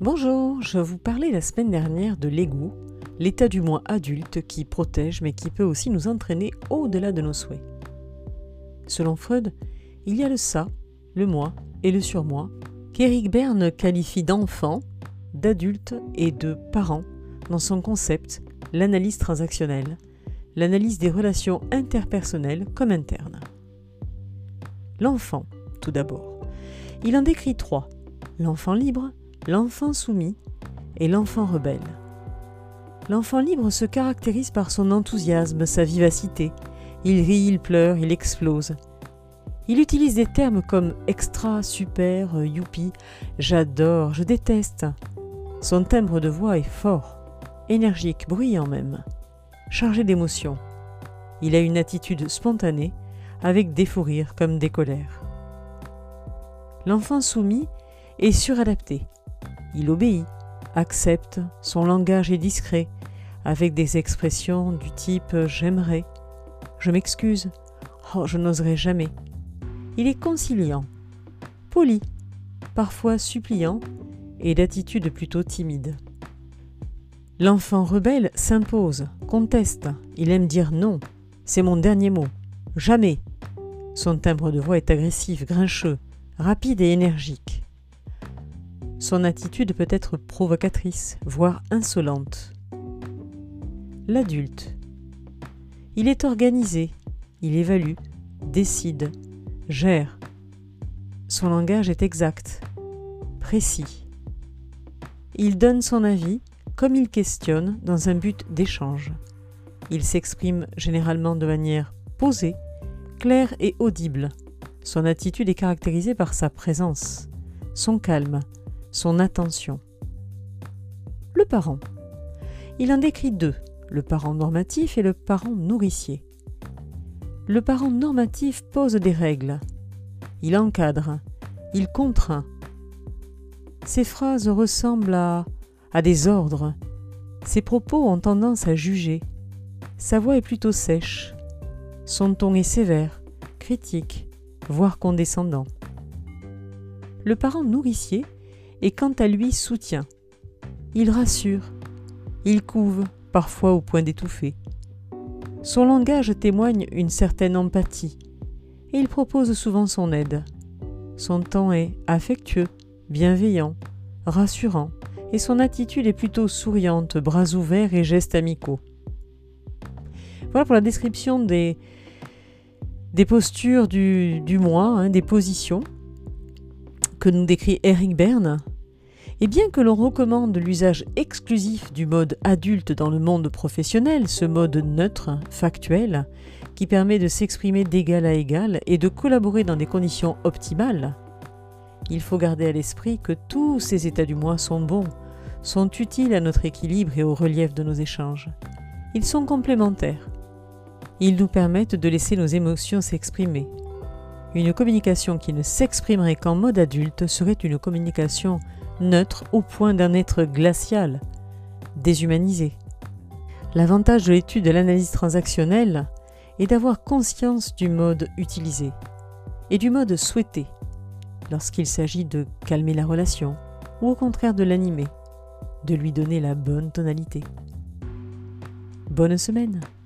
Bonjour, je vous parlais la semaine dernière de l'ego, l'état du moi adulte qui protège mais qui peut aussi nous entraîner au-delà de nos souhaits. Selon Freud, il y a le ça, le moi et le surmoi qu'Eric Berne qualifie d'enfant, d'adulte et de parent dans son concept, l'analyse transactionnelle, l'analyse des relations interpersonnelles comme internes. L'enfant, tout d'abord. Il en décrit trois, l'enfant libre, l'enfant soumis et l'enfant rebelle. L'enfant libre se caractérise par son enthousiasme, sa vivacité. Il rit, il pleure, il explose. Il utilise des termes comme extra, super, youpi, j'adore, je déteste. Son timbre de voix est fort, énergique, bruyant même, chargé d'émotions. Il a une attitude spontanée, avec des fous rires comme des colères. L'enfant soumis est suradapté. Il obéit, accepte, son langage est discret, avec des expressions du type « j'aimerais »,« je m'excuse »,« oh, je n'oserais jamais ». Il est conciliant, poli, parfois suppliant et d'attitude plutôt timide. L'enfant rebelle s'impose, conteste, il aime dire non, c'est mon dernier mot, jamais. Son timbre de voix est agressif, grincheux, rapide et énergique. Son attitude peut être provocatrice, voire insolente. L'adulte. Il est organisé, il évalue, décide, gère. Son langage est exact, précis. Il donne son avis comme il questionne dans un but d'échange. Il s'exprime généralement de manière posée, claire et audible. Son attitude est caractérisée par sa présence, son calme, son attention. Le parent. Il en décrit deux, le parent normatif et le parent nourricier. Le parent normatif pose des règles. Il encadre, il contraint. Ses phrases ressemblent à des ordres. Ses propos ont tendance à juger. Sa voix est plutôt sèche. Son ton est sévère, critique, voire condescendant. Le parent nourricier est quant à lui soutien. Il rassure, il couve, parfois au point d'étouffer. Son langage témoigne une certaine empathie et il propose souvent son aide. Son ton est affectueux, bienveillant, rassurant et son attitude est plutôt souriante, bras ouverts et gestes amicaux. Voilà pour la description des postures du moi, des positions que nous décrit Eric Berne. Et bien que l'on recommande l'usage exclusif du mode adulte dans le monde professionnel, ce mode neutre, factuel, qui permet de s'exprimer d'égal à égal et de collaborer dans des conditions optimales, il faut garder à l'esprit que tous ces états du moi sont bons, sont utiles à notre équilibre et au relief de nos échanges. Ils sont complémentaires. Ils nous permettent de laisser nos émotions s'exprimer. Une communication qui ne s'exprimerait qu'en mode adulte serait une communication neutre au point d'en être glacial, déshumanisé. L'avantage de l'étude de l'analyse transactionnelle est d'avoir conscience du mode utilisé et du mode souhaité lorsqu'il s'agit de calmer la relation ou au contraire de l'animer, de lui donner la bonne tonalité. Bonne semaine!